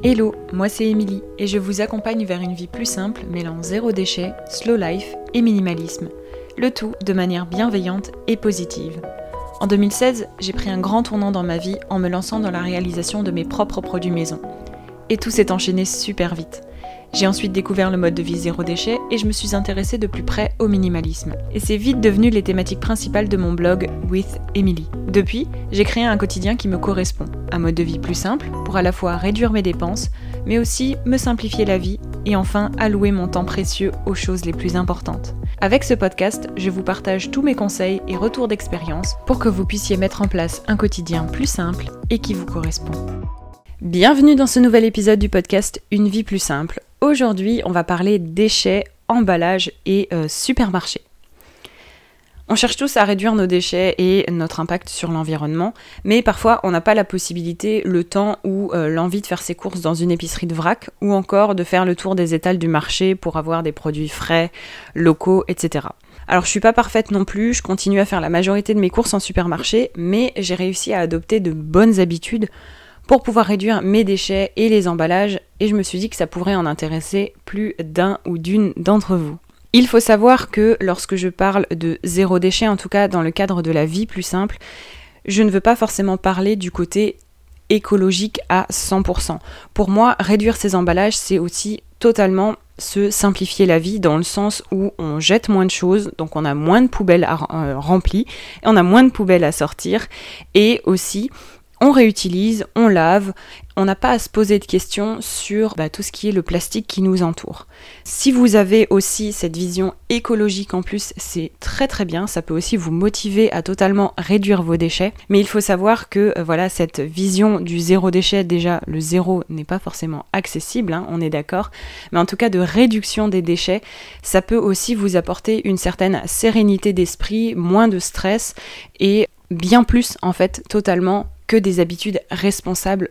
Hello, moi c'est Émilie et je vous accompagne vers une vie plus simple mêlant zéro déchet, slow life et minimalisme. Le tout de manière bienveillante et positive. En 2016, j'ai pris un grand tournant dans ma vie en me lançant dans la réalisation de mes propres produits maison. Et tout s'est enchaîné super vite. J'ai ensuite découvert le mode de vie zéro déchet et je me suis intéressée de plus près au minimalisme. Et c'est vite devenu les thématiques principales de mon blog With Emily. Depuis, j'ai créé un quotidien qui me correspond. Un mode de vie plus simple pour à la fois réduire mes dépenses, mais aussi me simplifier la vie et enfin allouer mon temps précieux aux choses les plus importantes. Avec ce podcast, je vous partage tous mes conseils et retours d'expérience pour que vous puissiez mettre en place un quotidien plus simple et qui vous correspond. Bienvenue dans ce nouvel épisode du podcast Une vie plus simple. Aujourd'hui, on va parler déchets, emballage et supermarché. On cherche tous à réduire nos déchets et notre impact sur l'environnement, mais parfois on n'a pas la possibilité, le temps ou l'envie de faire ses courses dans une épicerie de vrac ou encore de faire le tour des étals du marché pour avoir des produits frais, locaux, etc. Alors je suis pas parfaite non plus, je continue à faire la majorité de mes courses en supermarché, mais j'ai réussi à adopter de bonnes habitudes pour pouvoir réduire mes déchets et les emballages, et je me suis dit que ça pourrait en intéresser plus d'un ou d'une d'entre vous. Il faut savoir que lorsque je parle de zéro déchet, en tout cas dans le cadre de la vie plus simple, je ne veux pas forcément parler du côté écologique à 100%. Pour moi, réduire ces emballages, c'est aussi totalement se simplifier la vie dans le sens où on jette moins de choses, donc on a moins de poubelles remplies, et on a moins de poubelles à sortir, et aussi on réutilise, on lave, on n'a pas à se poser de questions sur tout ce qui est le plastique qui nous entoure. Si vous avez aussi cette vision écologique en plus, c'est très très bien, ça peut aussi vous motiver à totalement réduire vos déchets, mais il faut savoir que cette vision du zéro déchet, déjà le zéro n'est pas forcément accessible, on est d'accord, mais en tout cas de réduction des déchets, ça peut aussi vous apporter une certaine sérénité d'esprit, moins de stress et bien plus en fait totalement que des habitudes responsables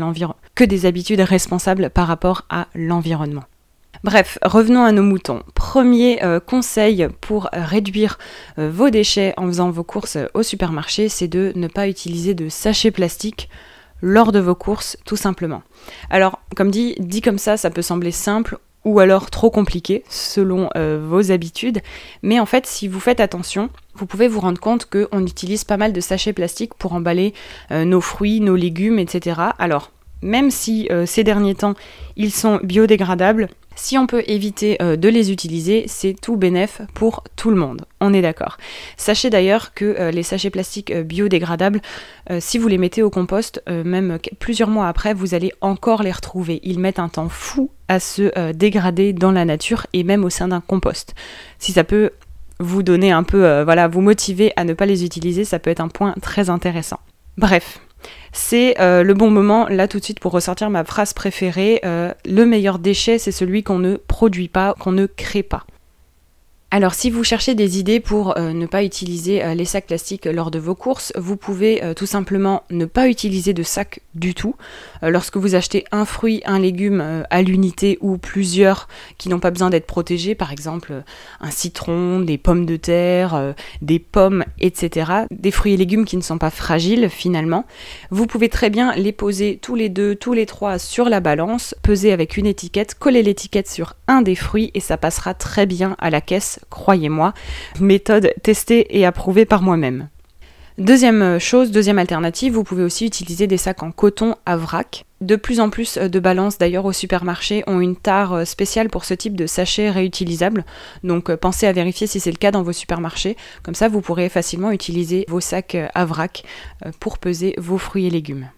par rapport à l'environnement. Bref, revenons à nos moutons. Premier conseil pour réduire vos déchets en faisant vos courses au supermarché, c'est de ne pas utiliser de sachets plastiques lors de vos courses, tout simplement. Alors, comme dit comme ça peut sembler simple ou alors trop compliqué selon vos habitudes, mais en fait, si vous faites attention, vous pouvez vous rendre compte qu'on utilise pas mal de sachets plastiques pour emballer nos fruits, nos légumes, etc. Alors, même si ces derniers temps, ils sont biodégradables, si on peut éviter de les utiliser, c'est tout bénef pour tout le monde, on est d'accord. Sachez d'ailleurs que les sachets plastiques biodégradables, si vous les mettez au compost, même plusieurs mois après, vous allez encore les retrouver. Ils mettent un temps fou à se dégrader dans la nature et même au sein d'un compost. Si ça peut vous donner un peu, vous motiver à ne pas les utiliser, ça peut être un point très intéressant. Bref. C'est le bon moment, là tout de suite, pour ressortir ma phrase préférée. Le meilleur déchet, c'est celui qu'on ne produit pas, qu'on ne crée pas. Alors si vous cherchez des idées pour ne pas utiliser les sacs plastiques lors de vos courses, vous pouvez tout simplement ne pas utiliser de sac du tout. Lorsque vous achetez un fruit, un légume à l'unité ou plusieurs qui n'ont pas besoin d'être protégés, par exemple un citron, des pommes de terre, des pommes, etc. Des fruits et légumes qui ne sont pas fragiles finalement, vous pouvez très bien les poser tous les deux, tous les trois sur la balance, peser avec une étiquette, coller l'étiquette sur un des fruits et ça passera très bien à la caisse. Croyez-moi, méthode testée et approuvée par moi-même. Deuxième alternative, vous pouvez aussi utiliser des sacs en coton à vrac. De plus en plus de balances d'ailleurs au supermarché ont une tare spéciale pour ce type de sachets réutilisables. Donc pensez à vérifier si c'est le cas dans vos supermarchés. Comme ça, vous pourrez facilement utiliser vos sacs à vrac pour peser vos fruits et légumes.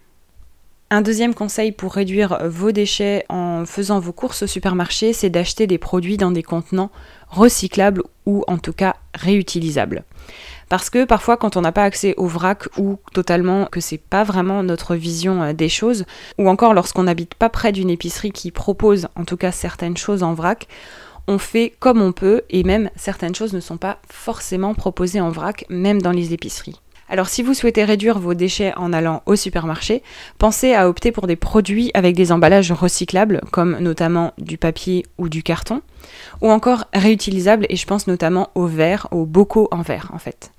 Un deuxième conseil pour réduire vos déchets en faisant vos courses au supermarché, c'est d'acheter des produits dans des contenants recyclables ou en tout cas réutilisables. Parce que parfois quand on n'a pas accès au vrac ou totalement que c'est pas vraiment notre vision des choses, ou encore lorsqu'on n'habite pas près d'une épicerie qui propose en tout cas certaines choses en vrac, on fait comme on peut et même certaines choses ne sont pas forcément proposées en vrac, même dans les épiceries. Alors si vous souhaitez réduire vos déchets en allant au supermarché, pensez à opter pour des produits avec des emballages recyclables, comme notamment du papier ou du carton, ou encore réutilisables, et je pense notamment aux verres, aux bocaux en verre en fait.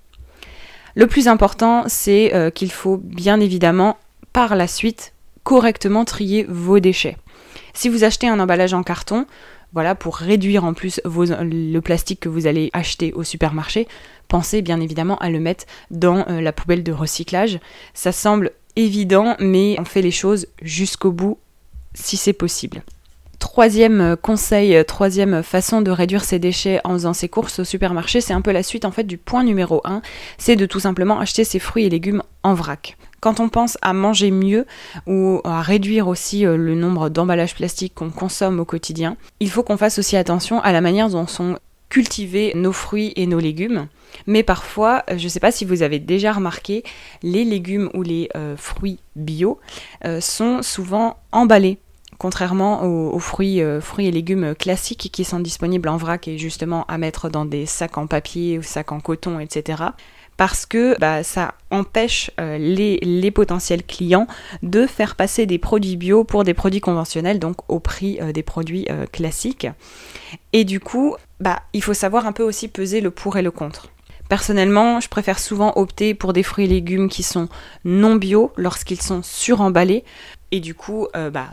Le plus important, c'est qu'il faut bien évidemment par la suite correctement trier vos déchets. Si vous achetez un emballage en carton, voilà, pour réduire en plus le plastique que vous allez acheter au supermarché, pensez bien évidemment à le mettre dans la poubelle de recyclage. Ça semble évident, mais on fait les choses jusqu'au bout si c'est possible. Troisième conseil, troisième façon de réduire ses déchets en faisant ses courses au supermarché, c'est un peu la suite en fait du point numéro 1, c'est de tout simplement acheter ses fruits et légumes en vrac. Quand on pense à manger mieux ou à réduire aussi le nombre d'emballages plastiques qu'on consomme au quotidien, il faut qu'on fasse aussi attention à la manière dont sont cultiver nos fruits et nos légumes. Mais parfois, je ne sais pas si vous avez déjà remarqué, les légumes ou les fruits bio sont souvent emballés. Contrairement aux fruits et légumes classiques qui sont disponibles en vrac et justement à mettre dans des sacs en papier ou sacs en coton, etc. Parce que ça empêche les potentiels clients de faire passer des produits bio pour des produits conventionnels, donc au prix des produits classiques. Et du coup, il faut savoir un peu aussi peser le pour et le contre. Personnellement, je préfère souvent opter pour des fruits et légumes qui sont non bio lorsqu'ils sont suremballés. Et du coup,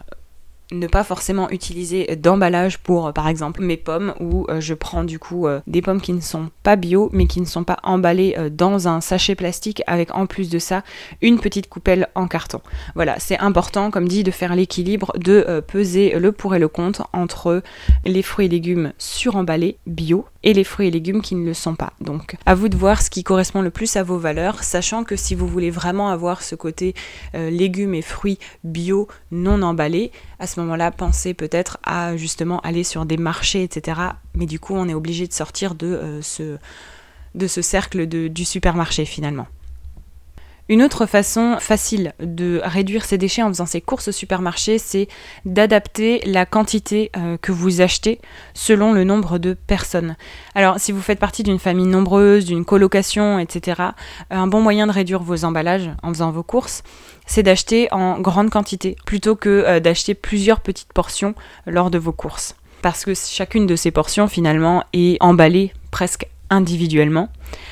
ne pas forcément utiliser d'emballage pour par exemple mes pommes où je prends du coup des pommes qui ne sont pas bio mais qui ne sont pas emballées dans un sachet plastique avec en plus de ça une petite coupelle en carton. Voilà, c'est important comme dit de faire l'équilibre, de peser le pour et le contre entre les fruits et légumes suremballés bio et les fruits et légumes qui ne le sont pas. Donc à vous de voir ce qui correspond le plus à vos valeurs, sachant que si vous voulez vraiment avoir ce côté légumes et fruits bio non emballés, à ce moment-là, pensez peut-être à justement aller sur des marchés, etc. Mais du coup, on est obligé de sortir de ce cercle du supermarché finalement. Une autre façon facile de réduire ses déchets en faisant ses courses au supermarché, c'est d'adapter la quantité que vous achetez selon le nombre de personnes. Alors, si vous faites partie d'une famille nombreuse, d'une colocation, etc., un bon moyen de réduire vos emballages en faisant vos courses, c'est d'acheter en grande quantité plutôt que d'acheter plusieurs petites portions lors de vos courses. Parce que chacune de ces portions, finalement, est emballée presque individuellement.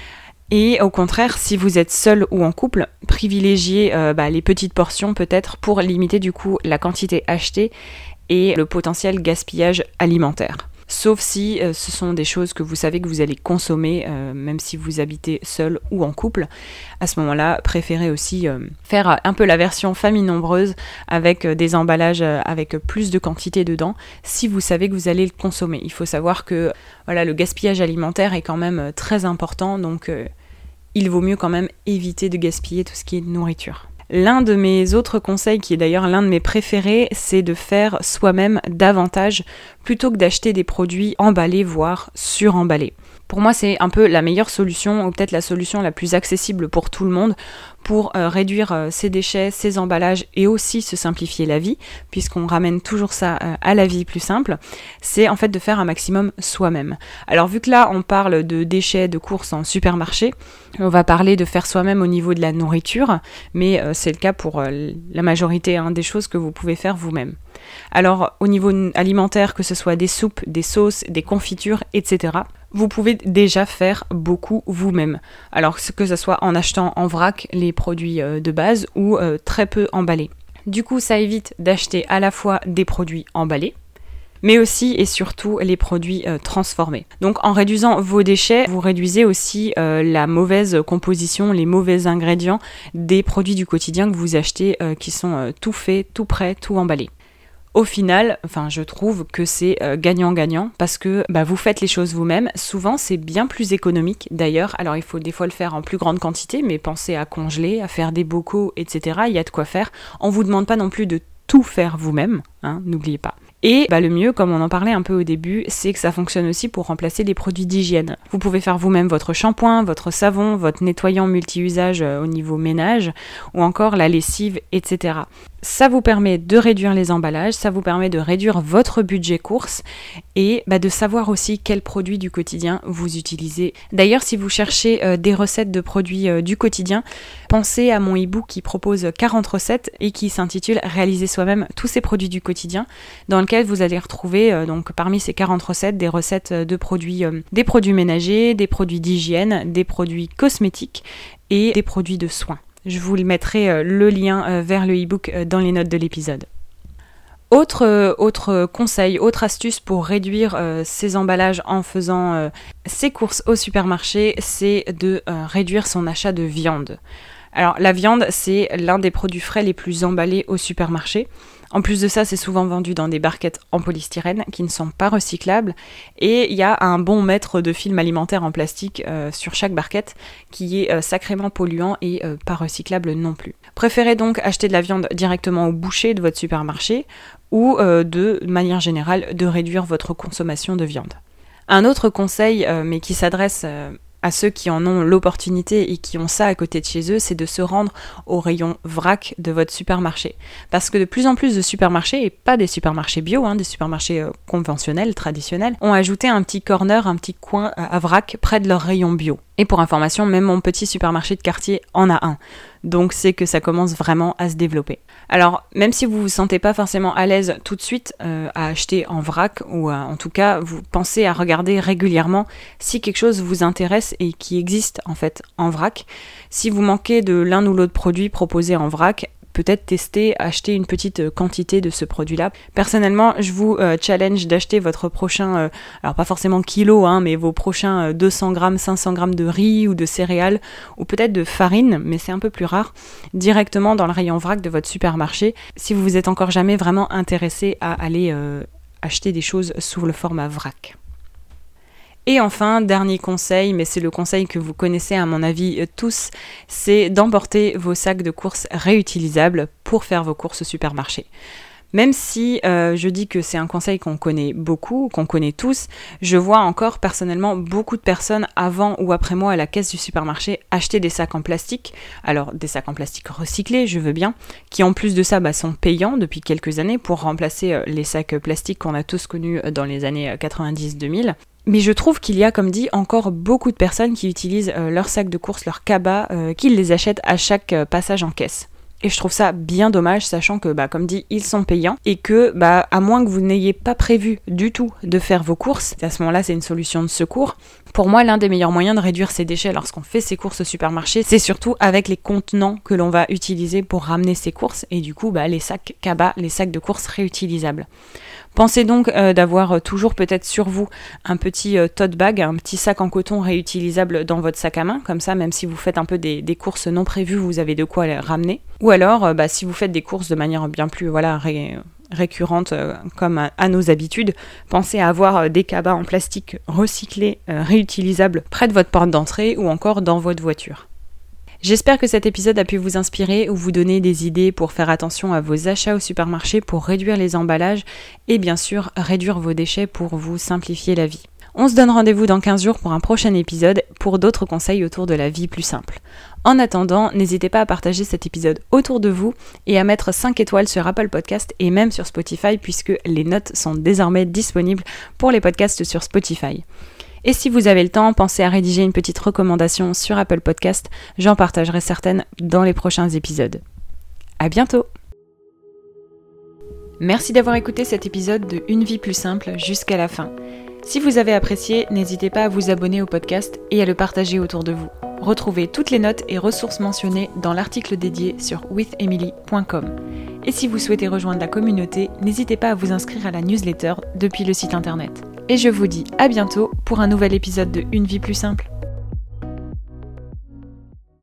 Et au contraire, si vous êtes seul ou en couple, privilégiez les petites portions peut-être pour limiter du coup la quantité achetée et le potentiel gaspillage alimentaire. Sauf si ce sont des choses que vous savez que vous allez consommer, même si vous habitez seul ou en couple. À ce moment-là, préférez aussi faire un peu la version famille nombreuse avec des emballages avec plus de quantité dedans, si vous savez que vous allez le consommer. Il faut savoir que le gaspillage alimentaire est quand même très important, donc il vaut mieux quand même éviter de gaspiller tout ce qui est nourriture. L'un de mes autres conseils, qui est d'ailleurs l'un de mes préférés, c'est de faire soi-même davantage plutôt que d'acheter des produits emballés, voire suremballés. Pour moi, c'est un peu la meilleure solution, ou peut-être la solution la plus accessible pour tout le monde, pour réduire ses déchets, ses emballages et aussi se simplifier la vie, puisqu'on ramène toujours ça à la vie plus simple, c'est en fait de faire un maximum soi-même. Alors vu que là, on parle de déchets de courses en supermarché, on va parler de faire soi-même au niveau de la nourriture, mais c'est le cas pour la majorité des choses que vous pouvez faire vous-même. Alors au niveau alimentaire, que ce soit des soupes, des sauces, des confitures, etc., vous pouvez déjà faire beaucoup vous-même. Alors que ce soit en achetant en vrac les produits de base ou très peu emballés. Du coup, ça évite d'acheter à la fois des produits emballés, mais aussi et surtout les produits transformés. Donc en réduisant vos déchets, vous réduisez aussi la mauvaise composition, les mauvais ingrédients des produits du quotidien que vous achetez qui sont tout faits, tout prêts, tout emballés. Au final, je trouve que c'est gagnant-gagnant parce que vous faites les choses vous-même. Souvent, c'est bien plus économique d'ailleurs. Alors, il faut des fois le faire en plus grande quantité, mais pensez à congeler, à faire des bocaux, etc. Il y a de quoi faire. On ne vous demande pas non plus de tout faire vous-même, n'oubliez pas. Et le mieux, comme on en parlait un peu au début, c'est que ça fonctionne aussi pour remplacer les produits d'hygiène. Vous pouvez faire vous-même votre shampoing, votre savon, votre nettoyant multi-usage au niveau ménage, ou encore la lessive, etc. Ça vous permet de réduire les emballages, ça vous permet de réduire votre budget course et de savoir aussi quels produits du quotidien vous utilisez. D'ailleurs, si vous cherchez des recettes de produits du quotidien, pensez à mon e-book qui propose 40 recettes et qui s'intitule « Réaliser soi-même tous ces produits du quotidien » dans lequel vous allez retrouver donc parmi ces 40 recettes des recettes de produits, des produits ménagers, des produits d'hygiène, des produits cosmétiques et des produits de soins. Je vous mettrai le lien vers le e-book dans les notes de l'épisode. Autre conseil, autre astuce pour réduire ses emballages en faisant ses courses au supermarché, c'est de réduire son achat de viande. Alors la viande, c'est l'un des produits frais les plus emballés au supermarché. En plus de ça, c'est souvent vendu dans des barquettes en polystyrène qui ne sont pas recyclables. Et il y a un bon mètre de film alimentaire en plastique sur chaque barquette qui est sacrément polluant et pas recyclable non plus. Préférez donc acheter de la viande directement au boucher de votre supermarché ou de manière générale de réduire votre consommation de viande. Un autre conseil, mais qui s'adresse à ceux qui en ont l'opportunité et qui ont ça à côté de chez eux, c'est de se rendre au rayon vrac de votre supermarché. Parce que de plus en plus de supermarchés, et pas des supermarchés bio, des supermarchés conventionnels, traditionnels, ont ajouté un petit corner, un petit coin à vrac près de leur rayon bio. Et pour information, même mon petit supermarché de quartier en a un. Donc c'est que ça commence vraiment à se développer. Alors, même si vous ne vous sentez pas forcément à l'aise tout de suite à acheter en vrac, ou en tout cas, vous pensez à regarder régulièrement si quelque chose vous intéresse et qui existe en fait en vrac. Si vous manquez de l'un ou l'autre produit proposé en vrac, peut-être tester, acheter une petite quantité de ce produit-là. Personnellement, je vous challenge d'acheter votre prochain, alors pas forcément kilo, mais vos prochains 200 grammes, 500 grammes de riz ou de céréales, ou peut-être de farine, mais c'est un peu plus rare, directement dans le rayon vrac de votre supermarché, si vous vous êtes encore jamais vraiment intéressé à aller acheter des choses sous le format vrac. Et enfin, dernier conseil, mais c'est le conseil que vous connaissez à mon avis tous, c'est d'emporter vos sacs de courses réutilisables pour faire vos courses au supermarché. Même si je dis que c'est un conseil qu'on connaît beaucoup, qu'on connaît tous, je vois encore personnellement beaucoup de personnes avant ou après moi à la caisse du supermarché acheter des sacs en plastique, alors des sacs en plastique recyclés, je veux bien, qui en plus de ça sont payants depuis quelques années pour remplacer les sacs plastiques qu'on a tous connus dans les années 90-2000. Mais je trouve qu'il y a, comme dit, encore beaucoup de personnes qui utilisent leurs sacs de courses, leurs cabas, qu'ils les achètent à chaque passage en caisse. Et je trouve ça bien dommage, sachant que, comme dit, ils sont payants et que, à moins que vous n'ayez pas prévu du tout de faire vos courses, à ce moment-là, c'est une solution de secours. Pour moi, l'un des meilleurs moyens de réduire ses déchets lorsqu'on fait ses courses au supermarché, c'est surtout avec les contenants que l'on va utiliser pour ramener ses courses et du coup, les sacs cabas, les sacs de courses réutilisables. Pensez donc d'avoir toujours peut-être sur vous un petit tote bag, un petit sac en coton réutilisable dans votre sac à main, comme ça même si vous faites un peu des courses non prévues, vous avez de quoi les ramener. Ou alors, si vous faites des courses de manière bien plus récurrente comme à nos habitudes, pensez à avoir des cabas en plastique recyclés, réutilisables près de votre porte d'entrée ou encore dans votre voiture. J'espère que cet épisode a pu vous inspirer ou vous donner des idées pour faire attention à vos achats au supermarché, pour réduire les emballages et bien sûr réduire vos déchets pour vous simplifier la vie. On se donne rendez-vous dans 15 jours pour un prochain épisode pour d'autres conseils autour de la vie plus simple. En attendant, n'hésitez pas à partager cet épisode autour de vous et à mettre 5 étoiles sur Apple Podcast et même sur Spotify puisque les notes sont désormais disponibles pour les podcasts sur Spotify. Et si vous avez le temps, pensez à rédiger une petite recommandation sur Apple Podcast. J'en partagerai certaines dans les prochains épisodes. À bientôt! Merci d'avoir écouté cet épisode de Une vie plus simple jusqu'à la fin. Si vous avez apprécié, n'hésitez pas à vous abonner au podcast et à le partager autour de vous. Retrouvez toutes les notes et ressources mentionnées dans l'article dédié sur withemily.com. Et si vous souhaitez rejoindre la communauté, n'hésitez pas à vous inscrire à la newsletter depuis le site internet. Et je vous dis à bientôt pour un nouvel épisode de Une vie plus simple.